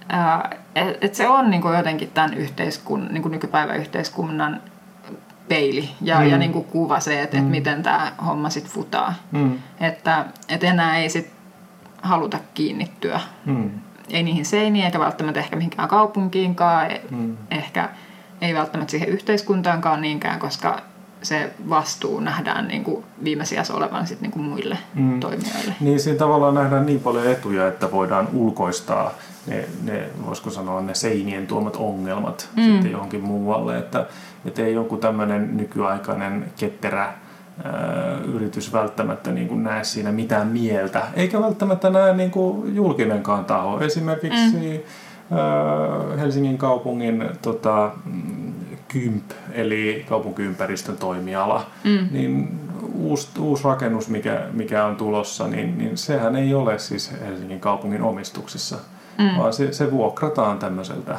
että et se on niinku jotenkin tämän yhteiskun, niinku nykypäivän yhteiskunnan peili ja, mm. ja niinku kuva se, että mm. et miten tämä homma sitten futaa. Mm. Että et enää ei sit haluta kiinnittyä. Mm. Ei niihin seiniin eikä välttämättä ehkä mihinkään kaupunkiinkaan. Mm. Ehkä ei välttämättä siihen yhteiskuntaankaan niinkään, koska se vastuu nähdään niin kuin viimesijaisesti olevan sit niin kuin muille mm. toimijoille. Niin siinä tavallaan nähdään niin paljon etuja, että voidaan ulkoistaa ne, ne voisiko sanoa, ne seinien tuomat ongelmat mm. sitten johonkin muualle, että, että ei joku tämmöinen nykyaikainen ketterä ää, yritys välttämättä niin kuin näe siinä mitään mieltä, eikä välttämättä näe niin kuin julkinenkaan taho. Esimerkiksi mm. ää, Helsingin kaupungin tota, Kymp, eli kaupunkiympäristön toimiala, mm. niin uusi, uusi rakennus, mikä, mikä on tulossa, niin, niin sehän ei ole siis Helsingin kaupungin omistuksessa, mm. vaan se, se vuokrataan tämmöiseltä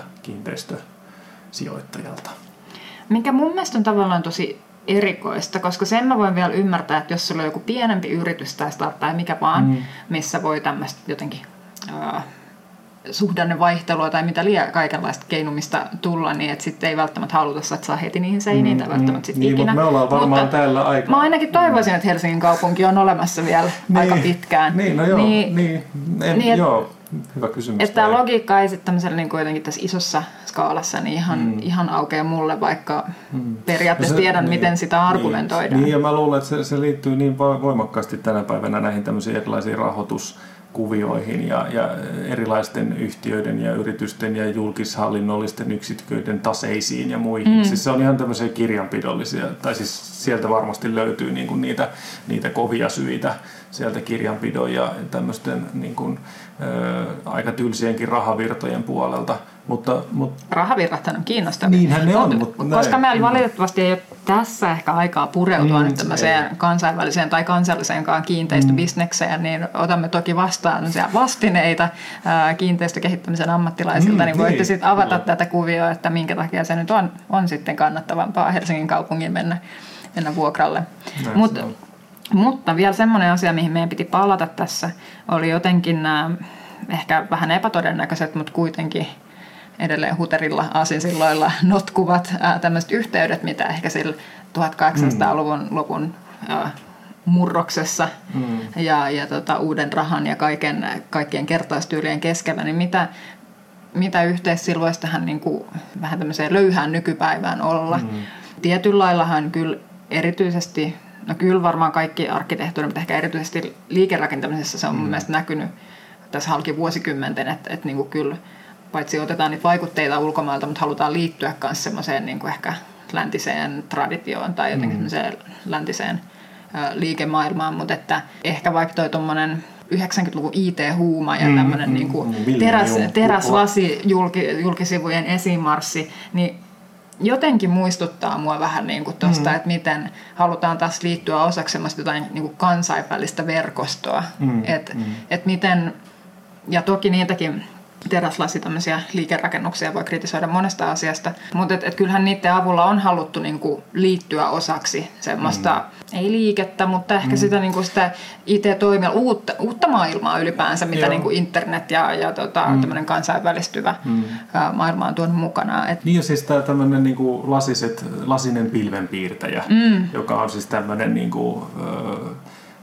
kiinteistösijoittajalta. Mikä mun mielestä on tavallaan tosi erikoista, koska sen mä voin vielä ymmärtää, että jos sulla on joku pienempi yritys tai startup tai mikä vaan, mm. missä voi tämmöistä jotenkin Uh, suhdannevaihtelua tai mitä liian kaikenlaista keinumista tulla, niin että sitten ei välttämättä haluta, että saa heti niihin seiniin mm, tai välttämättä sitten niin, ikinä. Mutta me ollaan varmaan mutta täällä aika... Mä ainakin toivoisin, että Helsingin kaupunki on olemassa vielä niin, aika pitkään. Niin, no joo, niin, niin, en, niin et, joo hyvä kysymys. Että tämä logiikka ei sitten tämmöisellä niin kuitenkin tässä isossa skaalassa niin ihan, mm. ihan aukeaa mulle, vaikka mm. periaatteessa no se, tiedän, niin, miten sitä argumentoidaan. Niin, niin, ja mä luulen, että se, se liittyy niin voimakkaasti tänä päivänä näihin tämmöisiin erilaisiin rahoitus kuvioihin ja, ja erilaisten yhtiöiden ja yritysten ja julkishallinnollisten yksiköiden taseisiin ja muihin. Mm. Siis se on ihan tämmöisiä kirjanpidollisia, tai siis sieltä varmasti löytyy niin kuin niitä, niitä kovia syitä sieltä kirjanpidon ja tämmöisten niin kuin, ö, aika tylsienkin rahavirtojen puolelta. Mutta, mutta rahavirrathan on kiinnostavia. Niinhän ne on, mutta koska meillä valitettavasti ei ole tässä ehkä aikaa pureutua mm, nyt tämmöiseen ei. kansainväliseen tai kansalliseenkaan kiinteistöbisnekseen, mm. niin otamme toki vastaan vastineita ää, kiinteistökehittämisen ammattilaisilta, mm, niin voitte sitten avata no. tätä kuvioa, että minkä takia se nyt on, on sitten kannattavampaa Helsingin kaupungin mennä, mennä vuokralle. Mut, mutta vielä semmoinen asia, mihin meidän piti palata tässä, oli jotenkin nämä ehkä vähän epätodennäköiset, mutta kuitenkin edelleen huterilla aasinsilloilla notkuvat ää, tämmöiset yhteydet, mitä ehkä sillä tuhatkahdeksansataaluvun lopun ää, murroksessa mm. ja, ja tota, uuden rahan ja kaiken, kaikkien kertaustyylien keskellä, niin mitä, mitä yhteys sillä voisi tähän niin kuin, vähän tämmöiseen löyhään nykypäivään olla. Mm. Tietyllä laillahan kyllä erityisesti, no kyllä varmaan kaikki arkkitehtuuri, mutta ehkä erityisesti liikerakentamisessa se on mm. mun mielestä näkynyt tässä halki vuosikymmenten, että, että niin kuin kyllä paitsi otetaan niitä vaikutteita ulkomailta, mutta halutaan liittyä myös semmoiseen niin kuin ehkä läntiseen traditioon tai jotenkin mm. semmoiseen läntiseen ä, liikemaailmaan, mutta että ehkä vaikka toi tuommoinen yhdeksänkymmentäluvun I T-huuma ja tämmöinen mm, niin kuin mm, teräs, teräslasi julki, julkisivujen esimarssi, niin jotenkin muistuttaa mua vähän niin kuin tuosta, mm. että miten halutaan taas liittyä osaksi semmoista jotain niin kuin kansainvälistä verkostoa, mm. että mm. et miten, ja toki niitäkin teräslasi tämmöisiä liikerakennuksia voi kritisoida monesta asiasta, mutta et, et kyllähän niiden avulla on haluttu niinku liittyä osaksi semmoista, mm. ei liikettä, mutta ehkä mm. sitä, niinku sitä I T-toimia, uutta, uutta maailmaa ylipäänsä, mitä niinku internet ja, ja tota, mm. tämmöinen kansainvälistyvä mm. ä, maailma on tuonut mukanaan. Et niin ja siis tämä tämmöinen niinku lasiset, lasinen pilvenpiirtäjä, mm. joka on siis tämmöinen niinku, ö,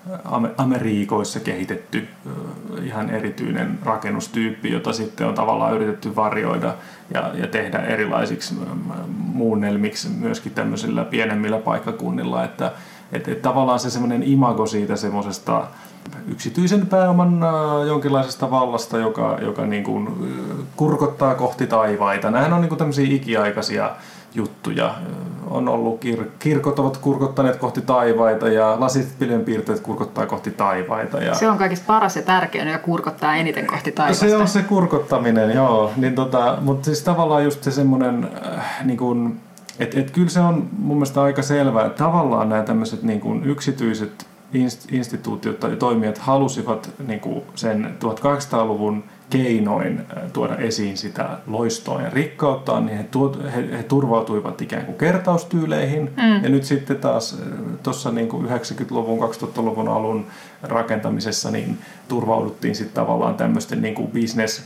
Amerikoissa kehitetty ihan erityinen rakennustyyppi, jota sitten on tavallaan yritetty varjoida ja, ja tehdä erilaisiksi muunnelmiksi myöskin tämmöisillä pienemmillä paikkakunnilla, että et, et tavallaan se semmoinen imago siitä semmoisesta yksityisen pääoman jonkinlaisesta vallasta, joka, joka niin kuin kurkottaa kohti taivaita. Nämähän on niin kuin tämmöisiä ikiaikaisia juttuja. On ollut kir- kirkot ovat kurkottaneet kohti taivaita ja lasiset pilvenpiirteet kurkottaa kohti taivaita. Ja se on kaikista paras ja tärkein, joka kurkottaa eniten kohti taivasta. Se on se kurkottaminen, joo. Niin tota, mutta siis tavallaan just se semmoinen, äh, niin kuin, että et kyllä se on mun mielestä aika selvää, että tavallaan nämä tämmöiset niin kuin yksityiset instituutiot tai toimijat halusivat niin kuin sen tuhatkahdeksansataaluvun keinoin tuoda esiin sitä loistoa ja rikkautta, niin he, tuot, he, he turvautuivat ikään kuin kertaustyyleihin. Mm. Ja nyt sitten taas tuossa niin kuin yhdeksänkymmentäluvun, kaksituhattaluvun alun rakentamisessa niin turvauduttiin sitten tavallaan tämmöisten niin kuin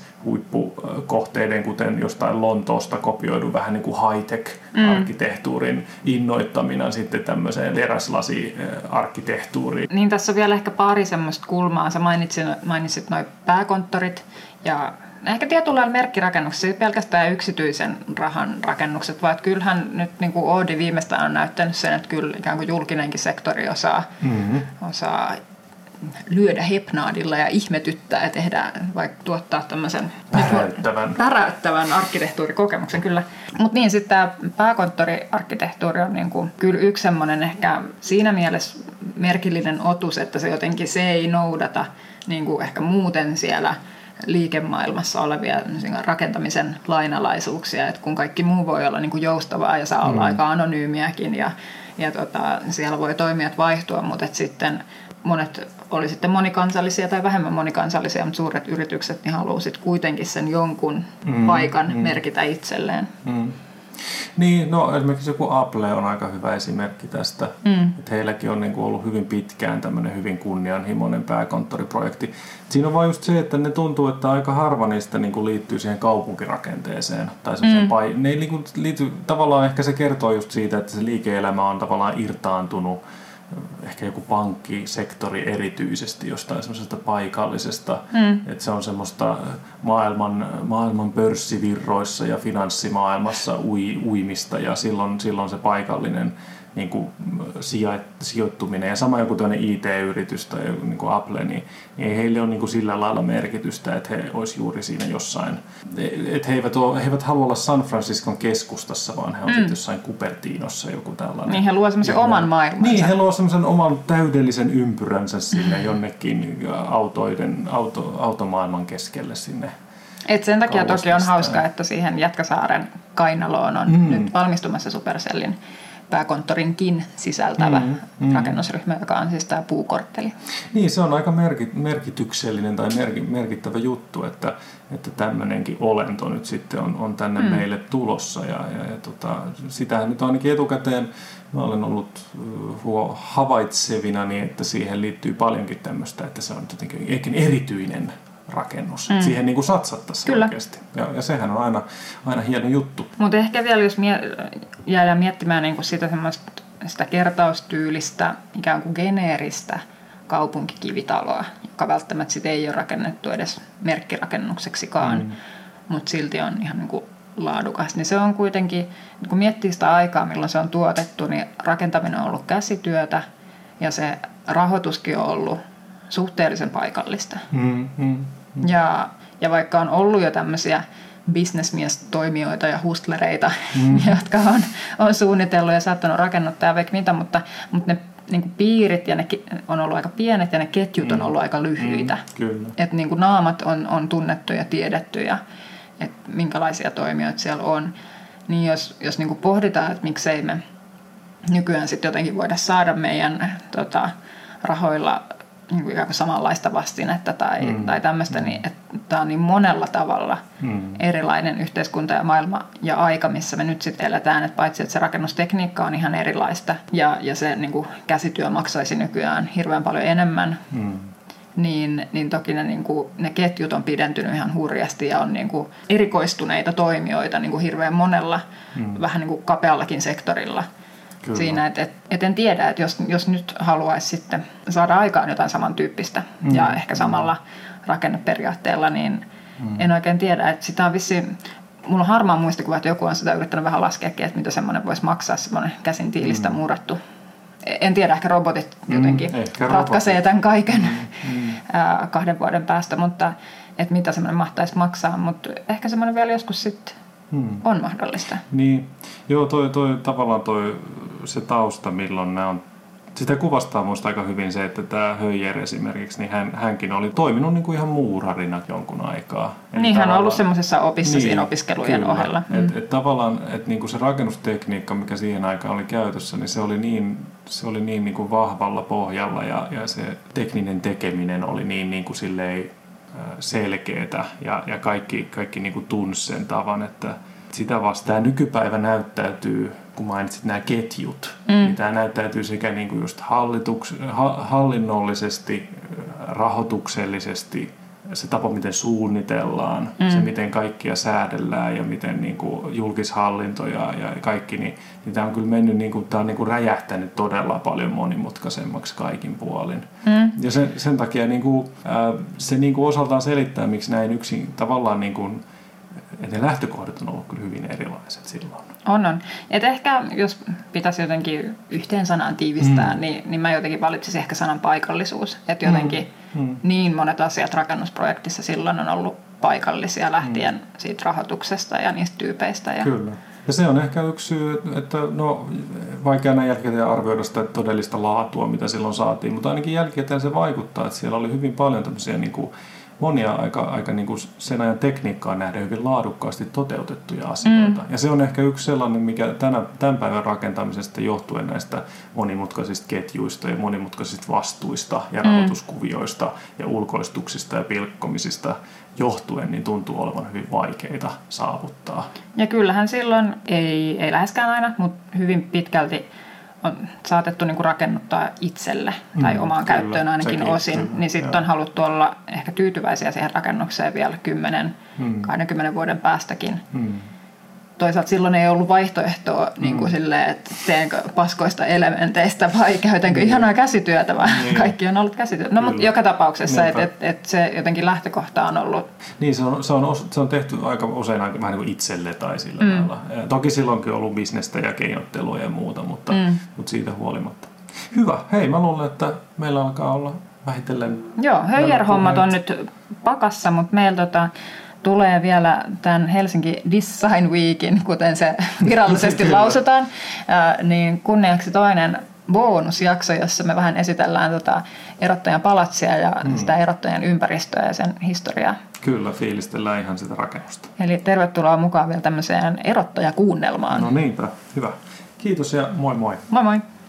business-huippukohteiden, kuten jostain Lontoosta kopioidun vähän niin kuin high-tech-arkkitehtuurin mm. innoittamina sitten tämmöiseen teräslasi-arkkitehtuuriin. Niin tässä on vielä ehkä pari semmoista kulmaa. Sä mainitsit, mainitsit noi pääkonttorit ja ehkä tietyllä lailla merkkirakennuksessa, ei pelkästään yksityisen rahan rakennukset, vaan että kyllähän nyt niin kuin Oodi viimeistään on näyttänyt sen, että kyllä ikään kuin julkinenkin sektori osaa, mm-hmm. osaa lyödä hepnaadilla ja ihmetyttää ja tehdä, vaikka tuottaa tämmöisen päräyttävän, päräyttävän arkkitehtuurikokemuksen kyllä. Mutta niin, sitten tämä pääkonttoriarkkitehtuuri on niinku, kyllä yksi semmoinen ehkä siinä mielessä merkillinen otus, että se jotenkin se ei noudata niinku ehkä muuten siellä liikemaailmassa olevia rakentamisen lainalaisuuksia, että kun kaikki muu voi olla niinku joustavaa ja saa olla mm. aika anonyymiäkin ja, ja tota, siellä voi toimijat vaihtua, mutta sitten monet oli sitten monikansallisia tai vähemmän monikansallisia, mutta suuret yritykset niin haluaa sitten kuitenkin sen jonkun mm, paikan mm. merkitä itselleen. Mm. Niin, no esimerkiksi joku Apple on aika hyvä esimerkki tästä. Mm. Että heilläkin on niin kuin ollut hyvin pitkään tämmöinen hyvin kunnianhimoinen pääkonttoriprojekti. Siinä on vain just se, että ne tuntuu, että aika harva niistä niin kuin liittyy siihen kaupunkirakenteeseen. Tai mm. pai- ne ei niin kuin liity, tavallaan ehkä se kertoo just siitä, että se liike-elämä on tavallaan irtaantunut ehkä joku pankkisektori erityisesti jostain semmoisesta paikallisesta, mm. että se on semmoista maailman, maailman pörssivirroissa ja finanssimaailmassa ui, uimista ja silloin, silloin se paikallinen niin kuin sijoittuminen ja sama joku tämmöinen I T-yritys tai niin kuin Apple, niin, niin ei heille ole niin kuin sillä lailla merkitystä, että he olisi juuri siinä jossain, että he eivät, ole, he eivät halua olla San Franciscon keskustassa, vaan he on mm. sitten jossain Cupertinossa joku tällainen. Niin he luovat semmoisen ja, oman maailmansa. Niin, he luovat semmoisen oman täydellisen ympyränsä sinne jonnekin autoiden, auto, automaailman keskelle sinne. Et sen takia toki on hauskaa, että siihen Jätkäsaaren kainaloon on mm. nyt valmistumassa Supercellin pääkonttorinkin sisältävä mm, mm. rakennusryhmä, joka on siis tämä puukortteli. Niin, se on aika merkityksellinen tai merkittävä juttu, että, että tämmöinenkin olento nyt sitten on, on tänne mm. meille tulossa. Ja, ja, ja tota, sitähän nyt ainakin etukäteen mä olen ollut huo, havaitsevina, niin että siihen liittyy paljonkin tämmöistä, että se on jotenkin erityinen rakennus. Mm. Siihen niin kuin satsattaisiin Kyllä. oikeasti. Ja, ja sehän on aina, aina hieno juttu. Mutta ehkä vielä jos mie- jäädään miettimään niin kuin sitä, sitä kertaustyylistä, ikään kuin geneeristä kaupunkikivitaloa, joka välttämättä sit ei ole rakennettu edes merkkirakennukseksikaan, mm. mutta silti on ihan niin kuin laadukas. Niin se on kuitenkin, kun miettii sitä aikaa, milloin se on tuotettu, niin rakentaminen on ollut käsityötä ja se rahoituskin on ollut suhteellisen paikallista. Mm, mm, mm. Ja, ja vaikka on ollut jo tämmöisiä bisnesmiestoimijoita ja hustlereita, mm. jotka on, on suunnitellut ja saattanut rakennuttaa ja vaikka mitä, mutta, mutta ne niin kuin piirit ja ne on ollut aika pienet ja ne ketjut mm. on ollut aika lyhyitä. Mm, että niin kuin naamat on, on tunnettu ja tiedetty ja että minkälaisia toimijoita siellä on. Niin jos, jos niin kuin pohditaan, että miksei me nykyään sitten jotenkin voida saada meidän tota, rahoilla niin kuin ikään kuin samanlaista vastinetta tai, mm. tai tämmöistä, niin että tämä on niin monella tavalla mm. erilainen yhteiskunta ja maailma ja aika, missä me nyt sitten eletään, että paitsi että se rakennustekniikka on ihan erilaista ja, ja se niin kuin käsityö maksaisi nykyään hirveän paljon enemmän, mm. niin, niin toki ne, niin kuin, ne ketjut on pidentynyt ihan hurjasti ja on niin kuin erikoistuneita toimijoita niin kuin hirveän monella, mm. vähän niin kuin kapeallakin sektorilla. Kyllä. Siinä, että et, et en tiedä, että jos, jos nyt haluaisi sitten saada aikaan jotain samantyyppistä mm. ja ehkä samalla rakenneperiaatteella, niin mm. en oikein tiedä, että sitä on vissiin, mulla on harmaa muistikuva, että joku on sitä yrittänyt vähän laskeakin, että mitä semmoinen voisi maksaa, semmoinen käsin tiilistä mm. muurattu. En tiedä, ehkä robotit jotenkin mm, ehkä ratkaisee robotit. Tämän kaiken mm, mm. kahden vuoden päästä, mutta että mitä semmoinen mahtaisi maksaa, mutta ehkä semmoinen vielä joskus sitten Hmm. on mahdollista. Niin, joo, toi, toi, tavallaan toi, se tausta, milloin nämä on, sitä kuvastaa musta aika hyvin se, että tämä Höjer esimerkiksi, niin hän, hänkin oli toiminut niin kuin ihan muurarina jonkun aikaa. Eli niin, hän on ollut semmoisessa opissa niin, siinä opiskelujen kyllä, ohella. Mm. Et, et tavallaan, että niinku se rakennustekniikka, mikä siihen aikaan oli käytössä, niin se oli niin, se oli niin, niin kuin vahvalla pohjalla ja, ja se tekninen tekeminen oli niin, niin kuin silleen selkeätä ja, ja kaikki, kaikki niin kuin tunsi sen tavan, että sitä vastaan nykypäivä näyttäytyy, kun mainitsit nämä ketjut, mm. niin tämä näyttäytyy sekä niin kuin just hallituks, ha, hallinnollisesti, rahoituksellisesti, se tapa, miten suunnitellaan, mm. se miten kaikkia säädellään ja miten niin kuin julkishallinto ja, ja kaikki, niin, niin tämä on kyllä mennyt, niin kuin, tämä on niin kuin räjähtänyt todella paljon monimutkaisemmaksi kaikin puolin. Mm. Ja sen, sen takia niin kuin, äh, se niin kuin osaltaan selittää, miksi näin yksin tavallaan, niin kuin, että ne lähtökohdat on ollut kyllä hyvin erilaiset silloin. On, on. Et ehkä jos pitäisi jotenkin yhteen sanaan tiivistää, mm. niin, niin mä jotenkin valitsisin ehkä sanan paikallisuus. Että jotenkin mm. niin monet asiat rakennusprojektissa silloin on ollut paikallisia lähtien mm. siitä rahoituksesta ja niistä tyypeistä. Ja kyllä. Ja se on ehkä yksi syy, että no, vaikea näin jälkikäteen arvioida sitä todellista laatua, mitä silloin saatiin, mutta ainakin jälkikäteen se vaikuttaa, että siellä oli hyvin paljon tämmöisiä niin kuin monia aika, aika niin kuin sen ajan tekniikkaan nähden hyvin laadukkaasti toteutettuja asioita. Mm. Ja se on ehkä yksi sellainen, mikä tänä, tämän päivän rakentamisesta johtuen näistä monimutkaisista ketjuista ja monimutkaisista vastuista ja rahoituskuvioista mm. ja ulkoistuksista ja pilkkomisista johtuen, niin tuntuu olevan hyvin vaikeita saavuttaa. Ja kyllähän silloin, ei, ei läheskään aina, mutta hyvin pitkälti on saatettu niinku rakennuttaa itselle tai mm, omaan kyllä, käyttöön ainakin sekin, osin, kyllä, niin sitten on haluttu olla ehkä tyytyväisiä siihen rakennukseen vielä kymmenen kaksikymmentä vuoden päästäkin. Mm. Toisaalta silloin ei ollut vaihtoehtoa mm. niin kuin silleen, että teenkö paskoista elementeistä vai käytänkö mm. ihanaa käsityötä, vaan mm. kaikki on ollut käsityötä. No, mutta joka tapauksessa, että et, et se jotenkin lähtökohta on ollut. Niin, se on, se on, se on tehty aika usein aika vähän niin kuin itselle tai sillä mm. lailla. Toki silloinkin on ollut bisnestä ja keinottelua ja muuta, mutta, mm. mutta siitä huolimatta. Hyvä. Hei, mä luulen, että meillä alkaa olla vähitellen. Joo, höijärhommat on nyt pakassa, mutta meillä tota, tulee vielä tämän Helsinki Design Weekin, kuten se virallisesti lausutaan, niin kunniaksi toinen bonusjakso, jossa me vähän esitellään tota erottajan palatsia ja mm. sitä erottajan ympäristöä ja sen historiaa. Kyllä, fiilistellään ihan sitä rakennusta. Eli tervetuloa mukaan vielä tämmöiseen erottajakuunnelmaan. No niinpä, hyvä. Kiitos ja moi moi. Moi moi.